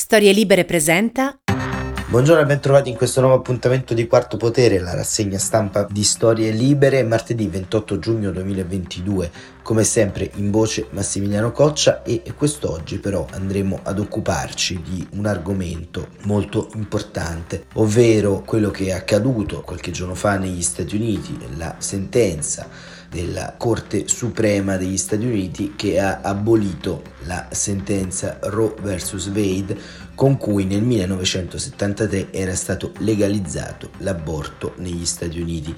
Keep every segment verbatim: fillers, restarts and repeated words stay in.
Storie Libere presenta. Buongiorno e bentrovati in questo nuovo appuntamento di Quarto Potere, la rassegna stampa di Storie Libere, martedì ventotto giugno duemilaventidue. Come sempre in voce Massimiliano Coccia, e quest'oggi però andremo ad occuparci di un argomento molto importante, ovvero quello che è accaduto qualche giorno fa negli Stati Uniti, la sentenza della Corte Suprema degli Stati Uniti che ha abolito la sentenza Roe versus Wade, con cui nel millenovecentosettantatré era stato legalizzato l'aborto negli Stati Uniti.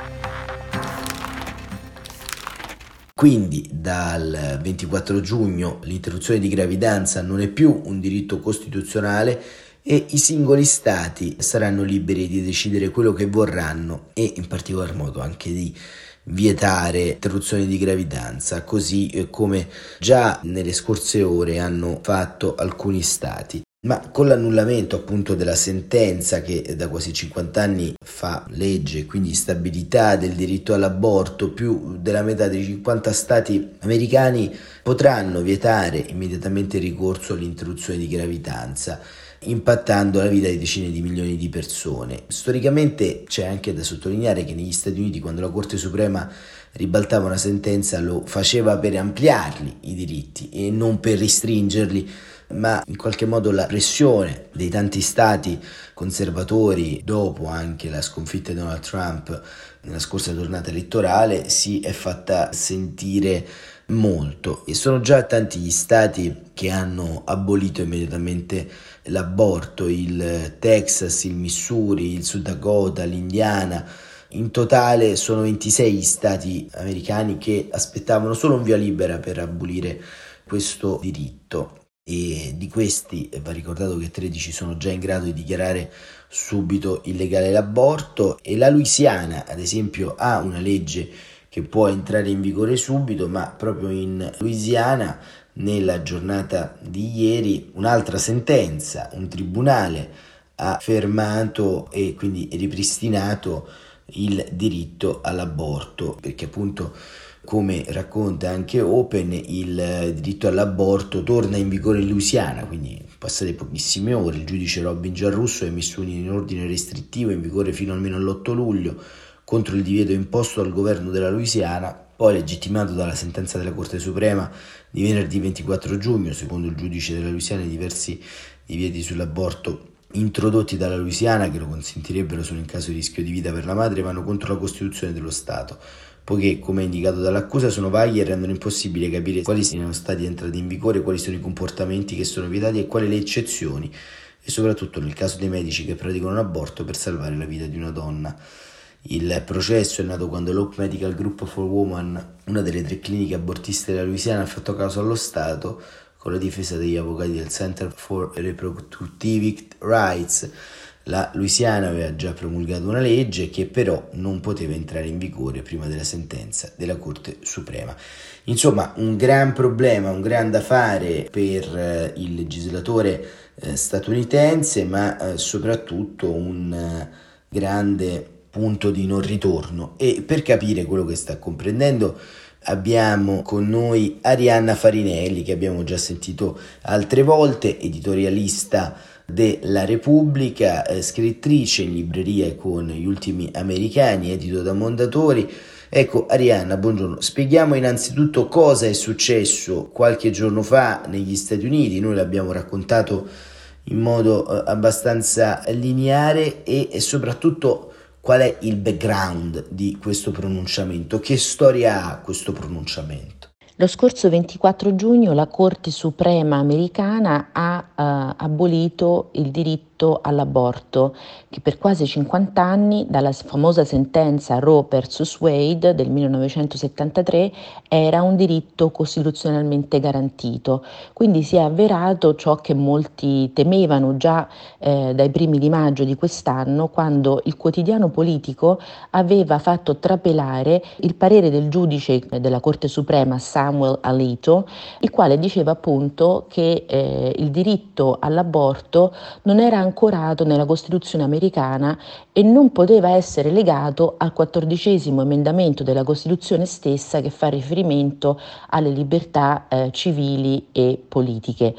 Quindi dal ventiquattro giugno l'interruzione di gravidanza non è più un diritto costituzionale e i singoli stati saranno liberi di decidere quello che vorranno e in particolar modo anche di vietare interruzioni di gravidanza, così come già nelle scorse ore hanno fatto alcuni stati. Ma con l'annullamento appunto della sentenza che da quasi cinquanta anni fa legge, quindi stabilità del diritto all'aborto, più della metà dei cinquanta stati americani potranno vietare immediatamente il ricorso all'interruzione di gravidanza, impattando la vita di decine di milioni di persone. Storicamente c'è anche da sottolineare che negli Stati Uniti, quando la Corte Suprema ribaltava una sentenza, lo faceva per ampliarli i diritti e non per restringerli, ma in qualche modo la pressione dei tanti stati conservatori, dopo anche la sconfitta di Donald Trump nella scorsa tornata elettorale, si è fatta sentire molto, e sono già tanti gli stati che hanno abolito immediatamente l'aborto: il Texas, il Missouri, il Sud Dakota, l'Indiana. In totale sono ventisei gli stati americani che aspettavano solo un via libera per abolire questo diritto, e di questi va ricordato che tredici sono già in grado di dichiarare subito illegale l'aborto, e la Louisiana ad esempio ha una legge che può entrare in vigore subito, ma proprio in Louisiana nella giornata di ieri un'altra sentenza, un tribunale ha fermato e quindi ripristinato il diritto all'aborto, perché appunto, come racconta anche Open, il diritto all'aborto torna in vigore in Louisiana, quindi passate pochissime ore. Il giudice Robin Giarrusso ha emesso un ordine restrittivo in vigore fino almeno all'otto luglio contro il divieto imposto dal governo della Louisiana, poi legittimato dalla sentenza della Corte Suprema di venerdì ventiquattro giugno. Secondo il giudice della Louisiana, i diversi divieti sull'aborto introdotti dalla Louisiana, che lo consentirebbero solo in caso di rischio di vita per la madre, vanno contro la Costituzione dello Stato, poiché, come indicato dall'accusa, sono vaghi e rendono impossibile capire quali siano stati entrati in vigore, quali sono i comportamenti che sono vietati e quali le eccezioni, e soprattutto nel caso dei medici che praticano l'aborto per salvare la vita di una donna. Il processo è nato quando l'Hope Medical Group for Women, una delle tre cliniche abortiste della Louisiana, ha fatto causa allo Stato con la difesa degli avvocati del Center for Reproductive Rights. La Louisiana aveva già promulgato una legge che però non poteva entrare in vigore prima della sentenza della Corte Suprema. Insomma, un gran problema, un gran da fare per eh, il legislatore eh, statunitense, ma eh, soprattutto un eh, grande punto di non ritorno. E per capire quello che sta comprendendo abbiamo con noi Arianna Farinelli, che abbiamo già sentito altre volte, editorialista della Repubblica, eh, scrittrice in libreria con Gli ultimi americani, edito da Mondadori. Ecco, Arianna, buongiorno. Spieghiamo innanzitutto cosa è successo qualche giorno fa negli Stati Uniti. Noi l'abbiamo raccontato in modo eh, abbastanza lineare, e, e soprattutto qual è il background di questo pronunciamento, che storia ha questo pronunciamento. Lo scorso ventiquattro giugno la Corte Suprema americana ha uh, abolito il diritto all'aborto, che per quasi cinquanta anni, dalla famosa sentenza Roe versus Wade del millenovecentosettantatré, era un diritto costituzionalmente garantito. Quindi si è avverato ciò che molti temevano già eh, dai primi di maggio di quest'anno, quando il quotidiano Politico aveva fatto trapelare il parere del giudice della Corte Suprema Samuel Alito, il quale diceva appunto che eh, il diritto all'aborto non era ancorato nella Costituzione americana e non poteva essere legato al quattordicesimo emendamento della Costituzione stessa, che fa riferimento alle libertà eh, civili e politiche.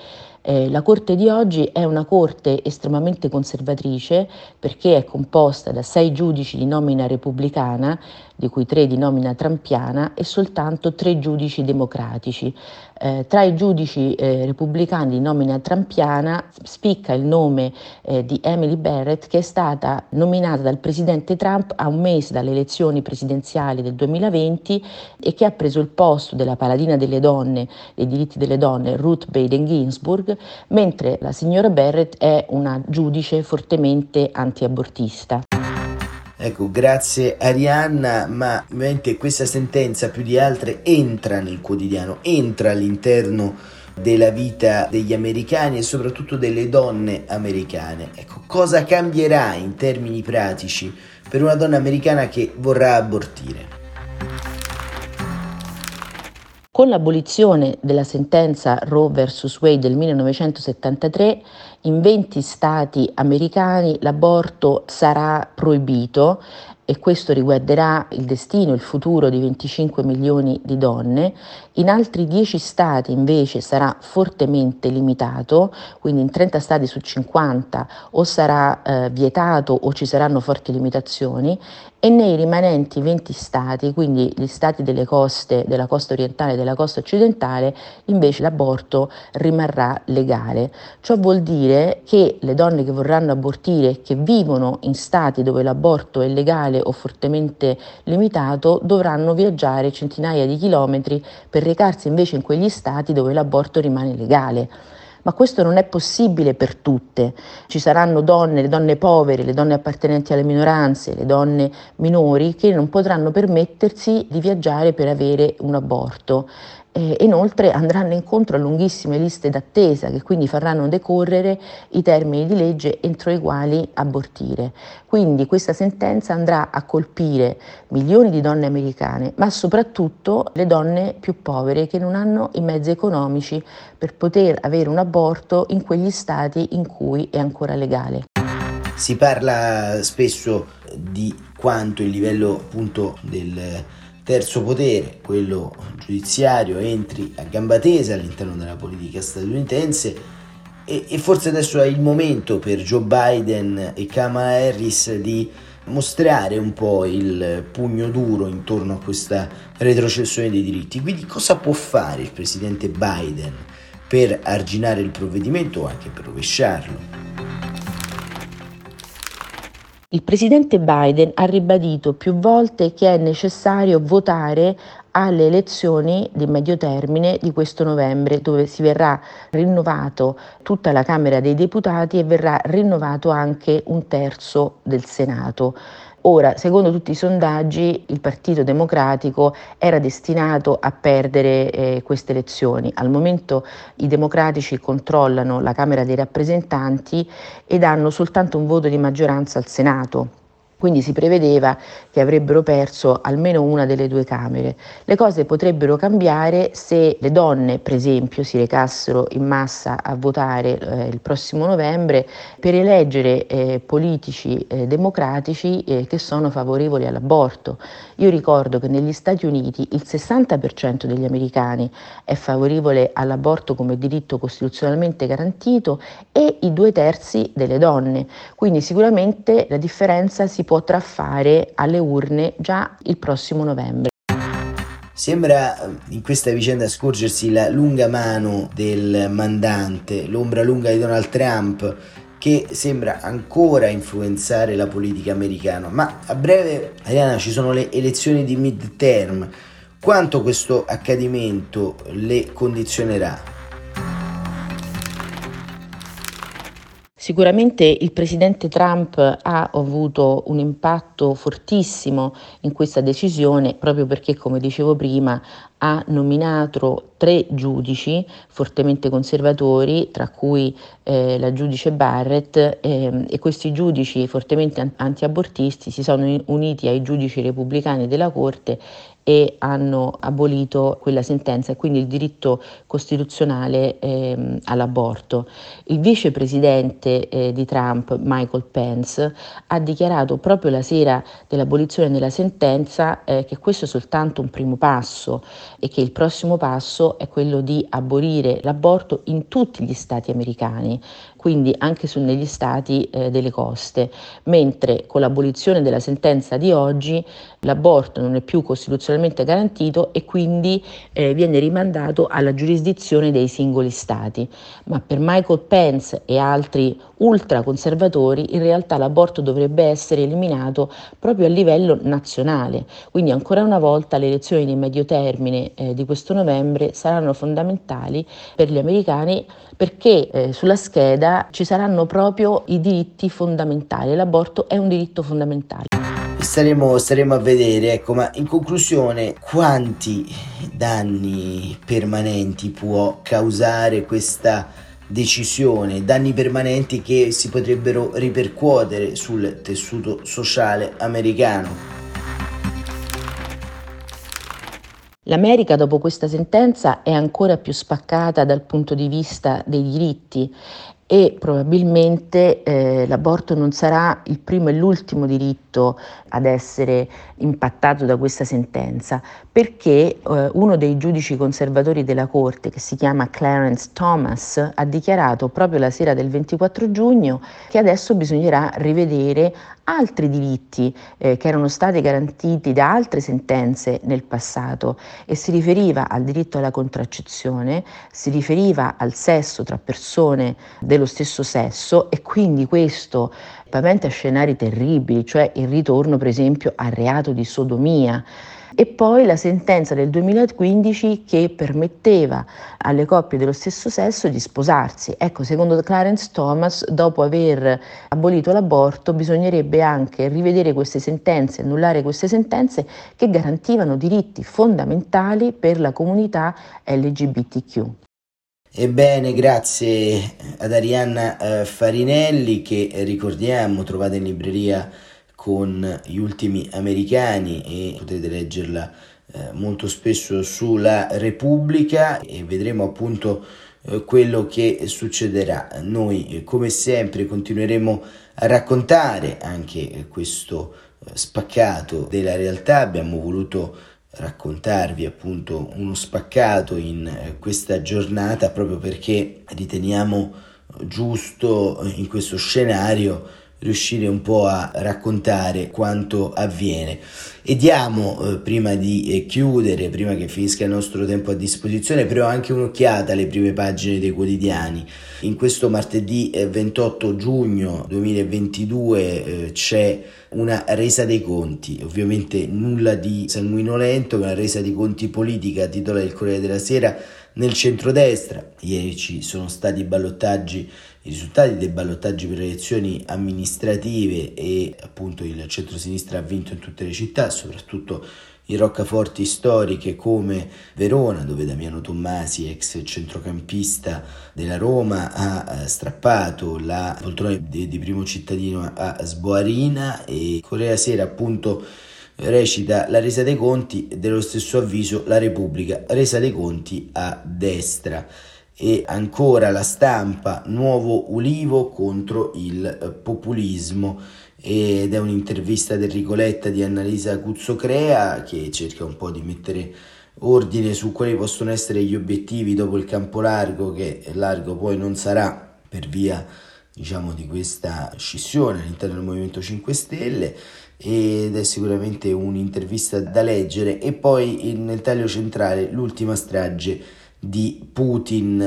Eh, la Corte di oggi è una Corte estremamente conservatrice perché è composta da sei giudici di nomina repubblicana, di cui tre di nomina trampiana, e soltanto tre giudici democratici. Eh, tra i giudici eh, repubblicani di nomina trampiana spicca il nome eh, di Emily Barrett, che è stata nominata dal presidente Trump a un mese dalle elezioni presidenziali del duemilaventi e che ha preso il posto della paladina delle donne, dei diritti delle donne, Ruth Bader Ginsburg, mentre la signora Barrett è una giudice fortemente antiabortista. Ecco, grazie Arianna, ma ovviamente questa sentenza più di altre entra nel quotidiano, entra all'interno della vita degli americani e soprattutto delle donne americane. Ecco, cosa cambierà in termini pratici per una donna americana che vorrà abortire? Con l'abolizione della sentenza Roe versus Wade del millenovecentosettantatré, in venti stati americani l'aborto sarà proibito e questo riguarderà il destino, il futuro di venticinque milioni di donne. In altri dieci stati invece sarà fortemente limitato, quindi in trenta stati su cinquanta o sarà eh, vietato o ci saranno forti limitazioni, e nei rimanenti venti stati, quindi gli stati delle coste, della costa orientale e della costa occidentale, invece l'aborto rimarrà legale. Ciò vuol dire che le donne che vorranno abortire e che vivono in stati dove l'aborto è legale o fortemente limitato dovranno viaggiare centinaia di chilometri per recarsi invece in quegli stati dove l'aborto rimane legale. Ma questo non è possibile per tutte. Ci saranno donne, le donne povere, le donne appartenenti alle minoranze, le donne minori che non potranno permettersi di viaggiare per avere un aborto. E inoltre andranno incontro a lunghissime liste d'attesa che quindi faranno decorrere i termini di legge entro i quali abortire. Quindi questa sentenza andrà a colpire milioni di donne americane, ma soprattutto le donne più povere che non hanno i mezzi economici per poter avere un aborto in quegli stati in cui è ancora legale. Si parla spesso di quanto il livello appunto del terzo potere, quello giudiziario, entri a gamba tesa all'interno della politica statunitense e, e forse adesso è il momento per Joe Biden e Kamala Harris di mostrare un po' il pugno duro intorno a questa retrocessione dei diritti. Quindi cosa può fare il presidente Biden per arginare il provvedimento o anche per rovesciarlo? Il presidente Biden ha ribadito più volte che è necessario votare alle elezioni di medio termine di questo novembre, dove si verrà rinnovato tutta la Camera dei Deputati e verrà rinnovato anche un terzo del Senato. Ora, secondo tutti i sondaggi, il Partito Democratico era destinato a perdere eh, queste elezioni. Al momento i democratici controllano la Camera dei rappresentanti ed hanno soltanto un voto di maggioranza al Senato. Quindi si prevedeva che avrebbero perso almeno una delle due Camere. Le cose potrebbero cambiare se le donne, per esempio, si recassero in massa a votare eh, il prossimo novembre per eleggere eh, politici eh, democratici eh, che sono favorevoli all'aborto. Io ricordo che negli Stati Uniti il sessanta per cento degli americani è favorevole all'aborto come diritto costituzionalmente garantito e i due terzi delle donne. Quindi sicuramente la differenza si potrà fare alle urne già il prossimo novembre. Sembra in questa vicenda scorgersi la lunga mano del mandante, l'ombra lunga di Donald Trump, che sembra ancora influenzare la politica americana. Ma a breve, Arianna, ci sono le elezioni di midterm. Quanto questo accadimento le condizionerà? Sicuramente il presidente Trump ha avuto un impatto fortissimo in questa decisione proprio perché, come dicevo prima, ha nominato tre giudici fortemente conservatori, tra cui eh, la giudice Barrett, eh, e questi giudici fortemente antiabortisti si sono uniti ai giudici repubblicani della Corte e hanno abolito quella sentenza e quindi il diritto costituzionale ehm, all'aborto. Il vicepresidente eh, di Trump, Michael Pence, ha dichiarato proprio la sera dell'abolizione della sentenza eh, che questo è soltanto un primo passo e che il prossimo passo è quello di abolire l'aborto in tutti gli stati americani, quindi anche su, negli stati eh, delle coste, mentre con l'abolizione della sentenza di oggi l'aborto non è più costituzionalmente garantito e quindi eh, viene rimandato alla giurisdizione dei singoli stati. Ma per Michael Pence e altri ultraconservatori in realtà l'aborto dovrebbe essere eliminato proprio a livello nazionale. Quindi ancora una volta le elezioni di medio termine eh, di questo novembre saranno fondamentali per gli americani perché eh, sulla scheda ci saranno proprio i diritti fondamentali. L'aborto è un diritto fondamentale. Staremo, staremo a vedere, ecco, ma in conclusione, quanti danni permanenti può causare questa decisione, danni permanenti che si potrebbero ripercuotere sul tessuto sociale americano? L'America dopo questa sentenza è ancora più spaccata dal punto di vista dei diritti e probabilmente eh, l'aborto non sarà il primo e l'ultimo diritto ad essere impattato da questa sentenza, perché eh, uno dei giudici conservatori della Corte, che si chiama Clarence Thomas, ha dichiarato proprio la sera del ventiquattro giugno che adesso bisognerà rivedere altri diritti eh, che erano stati garantiti da altre sentenze nel passato e si riferiva al diritto alla contraccezione, si riferiva al sesso tra persone dello stesso sesso e quindi questo paventa scenari terribili, cioè il ritorno per esempio al reato di sodomia. E poi la sentenza del duemilaquindici che permetteva alle coppie dello stesso sesso di sposarsi. Ecco, secondo Clarence Thomas, dopo aver abolito l'aborto, bisognerebbe anche rivedere queste sentenze, annullare queste sentenze che garantivano diritti fondamentali per la comunità L G B T Q. Ebbene, grazie ad Arianna eh, Farinelli, che eh, ricordiamo trovate in libreria con Gli ultimi americani e potete leggerla eh, molto spesso sulla Repubblica e vedremo appunto eh, quello che succederà. Noi eh, come sempre continueremo a raccontare anche eh, questo eh, spaccato della realtà. Abbiamo voluto raccontarvi appunto uno spaccato in eh, questa giornata proprio perché riteniamo giusto eh, in questo scenario riuscire un po' a raccontare quanto avviene. E diamo, eh, prima di eh, chiudere, prima che finisca il nostro tempo a disposizione, però anche un'occhiata alle prime pagine dei quotidiani. In questo martedì eh, ventotto giugno duemilaventidue eh, c'è una resa dei conti, ovviamente nulla di sanguinolento, ma una resa dei conti politica, titola il Corriere della Sera, nel centrodestra. Ieri ci sono stati i ballottaggi, i risultati dei ballottaggi per le elezioni amministrative e appunto il centrosinistra ha vinto in tutte le città, soprattutto in roccaforti storiche come Verona, dove Damiano Tommasi, ex centrocampista della Roma, ha strappato la poltrona di, di primo cittadino a Sboarina. E Corriere Sera appunto recita: la resa dei conti, dello stesso avviso La Repubblica, resa dei conti a destra. E ancora La Stampa: nuovo Ulivo contro il populismo, ed è un'intervista di Enrico Letta di Annalisa Cuzzocrea che cerca un po' di mettere ordine su quali possono essere gli obiettivi dopo il campo largo, che largo poi non sarà per via, diciamo, di questa scissione all'interno del Movimento cinque Stelle, ed è sicuramente un'intervista da leggere. E poi nel taglio centrale l'ultima strage di Putin.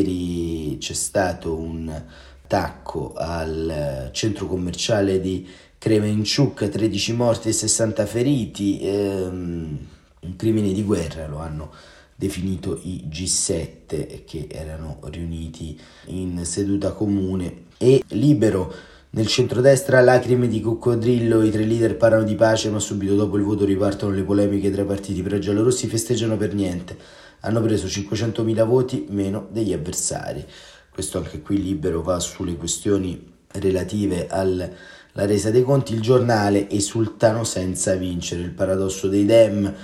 Ieri c'è stato un attacco al centro commerciale di Kremenchuk, tredici morti e sessanta feriti, ehm, un crimine di guerra lo hanno definito i G sette, che erano riuniti in seduta comune. E Libero: nel centrodestra lacrime di coccodrillo, i tre leader parlano di pace ma subito dopo il voto ripartono le polemiche tra i partiti, però i giallorossi festeggiano per niente, hanno preso cinquecentomila voti meno degli avversari. Questo anche qui Libero va sulle questioni relative alla resa dei conti. Il Giornale: esultano senza vincere, il paradosso dei Dem.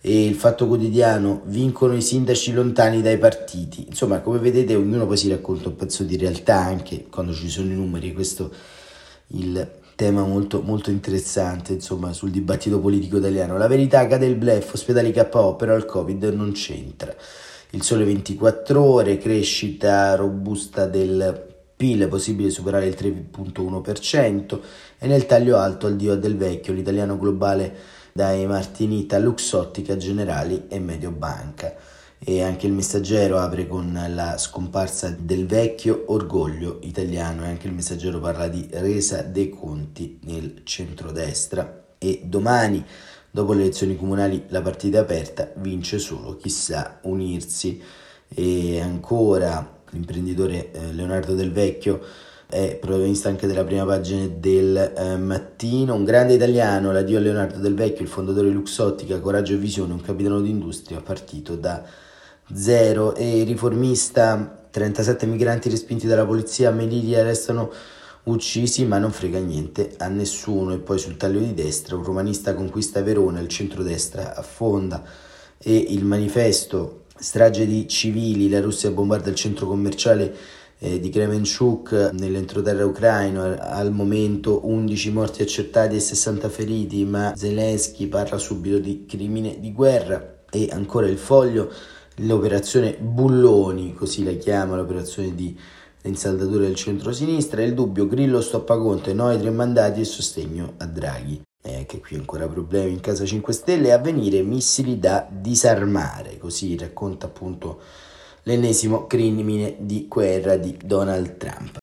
e il Fatto Quotidiano, vincono i sindaci lontani dai partiti. Insomma, come vedete, ognuno poi si racconta un pezzo di realtà anche quando ci sono i numeri. Questo il tema molto, molto interessante, insomma, sul dibattito politico italiano. La Verità: cade il bluff, ospedali K O, però il Covid non c'entra. Il Sole ventiquattro Ore: crescita robusta del P I L, possibile superare il tre virgola uno per cento, e nel taglio alto al dio del vecchio, l'italiano globale dai Martinita, Luxottica, Generali e Mediobanca. E anche il Messaggero apre con la scomparsa del vecchio orgoglio italiano, e anche il Messaggero parla di resa dei conti nel centrodestra. E Domani: dopo le elezioni comunali la partita è aperta, vince solo chi sa unirsi. E ancora l'imprenditore eh, Leonardo Del Vecchio è protagonista anche della prima pagina del eh, Mattino. Un grande italiano, l'addio a Leonardo Del Vecchio, il fondatore di Luxottica, coraggio e visione, un capitano d'industria partito da zero. E Riformista: trentasette migranti respinti dalla polizia, a Melilla restano uccisi ma non frega niente a nessuno. E poi sul taglio di destra: un romanista conquista Verona, il centrodestra affonda. E il Manifesto: strage di civili, la Russia bombarda il centro commerciale eh, di Kremenchuk nell'entroterra ucraino, al momento undici morti accertati e sessanta feriti, ma Zelensky parla subito di crimine di guerra. E ancora Il Foglio: l'operazione Bulloni, così la chiama, l'operazione di insaldatura del centro-sinistra. E Il Dubbio: Grillo stoppa Conte, no ai tre mandati e sostegno a Draghi. E anche qui ancora problemi in casa cinque Stelle. Avvenire: missili da disarmare, così racconta appunto l'ennesimo crimine di guerra di Donald Trump.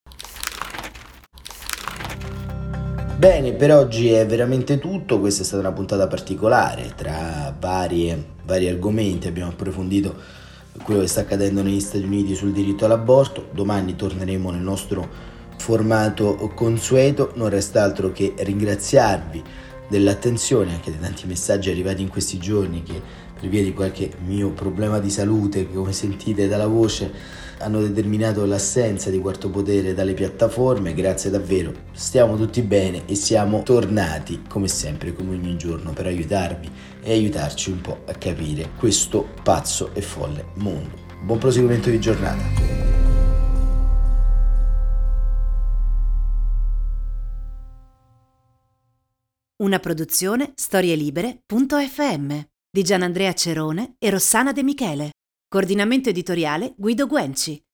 Bene, per oggi è veramente tutto. Questa è stata una puntata particolare, tra varie, vari argomenti abbiamo approfondito quello che sta accadendo negli Stati Uniti sul diritto all'aborto. Domani torneremo nel nostro formato consueto. Non resta altro che ringraziarvi dell'attenzione, anche dei tanti messaggi arrivati in questi giorni che, per via di qualche mio problema di salute, che come sentite dalla voce, hanno determinato l'assenza di Quarto Potere dalle piattaforme. Grazie davvero, stiamo tutti bene e siamo tornati come sempre, come ogni giorno, per aiutarvi e aiutarci un po' a capire questo pazzo e folle mondo. Buon proseguimento di giornata. Una produzione storielibere punto effe emme di Gianandrea Cerone e Rossana De Michele. Coordinamento editoriale Guido Guenci.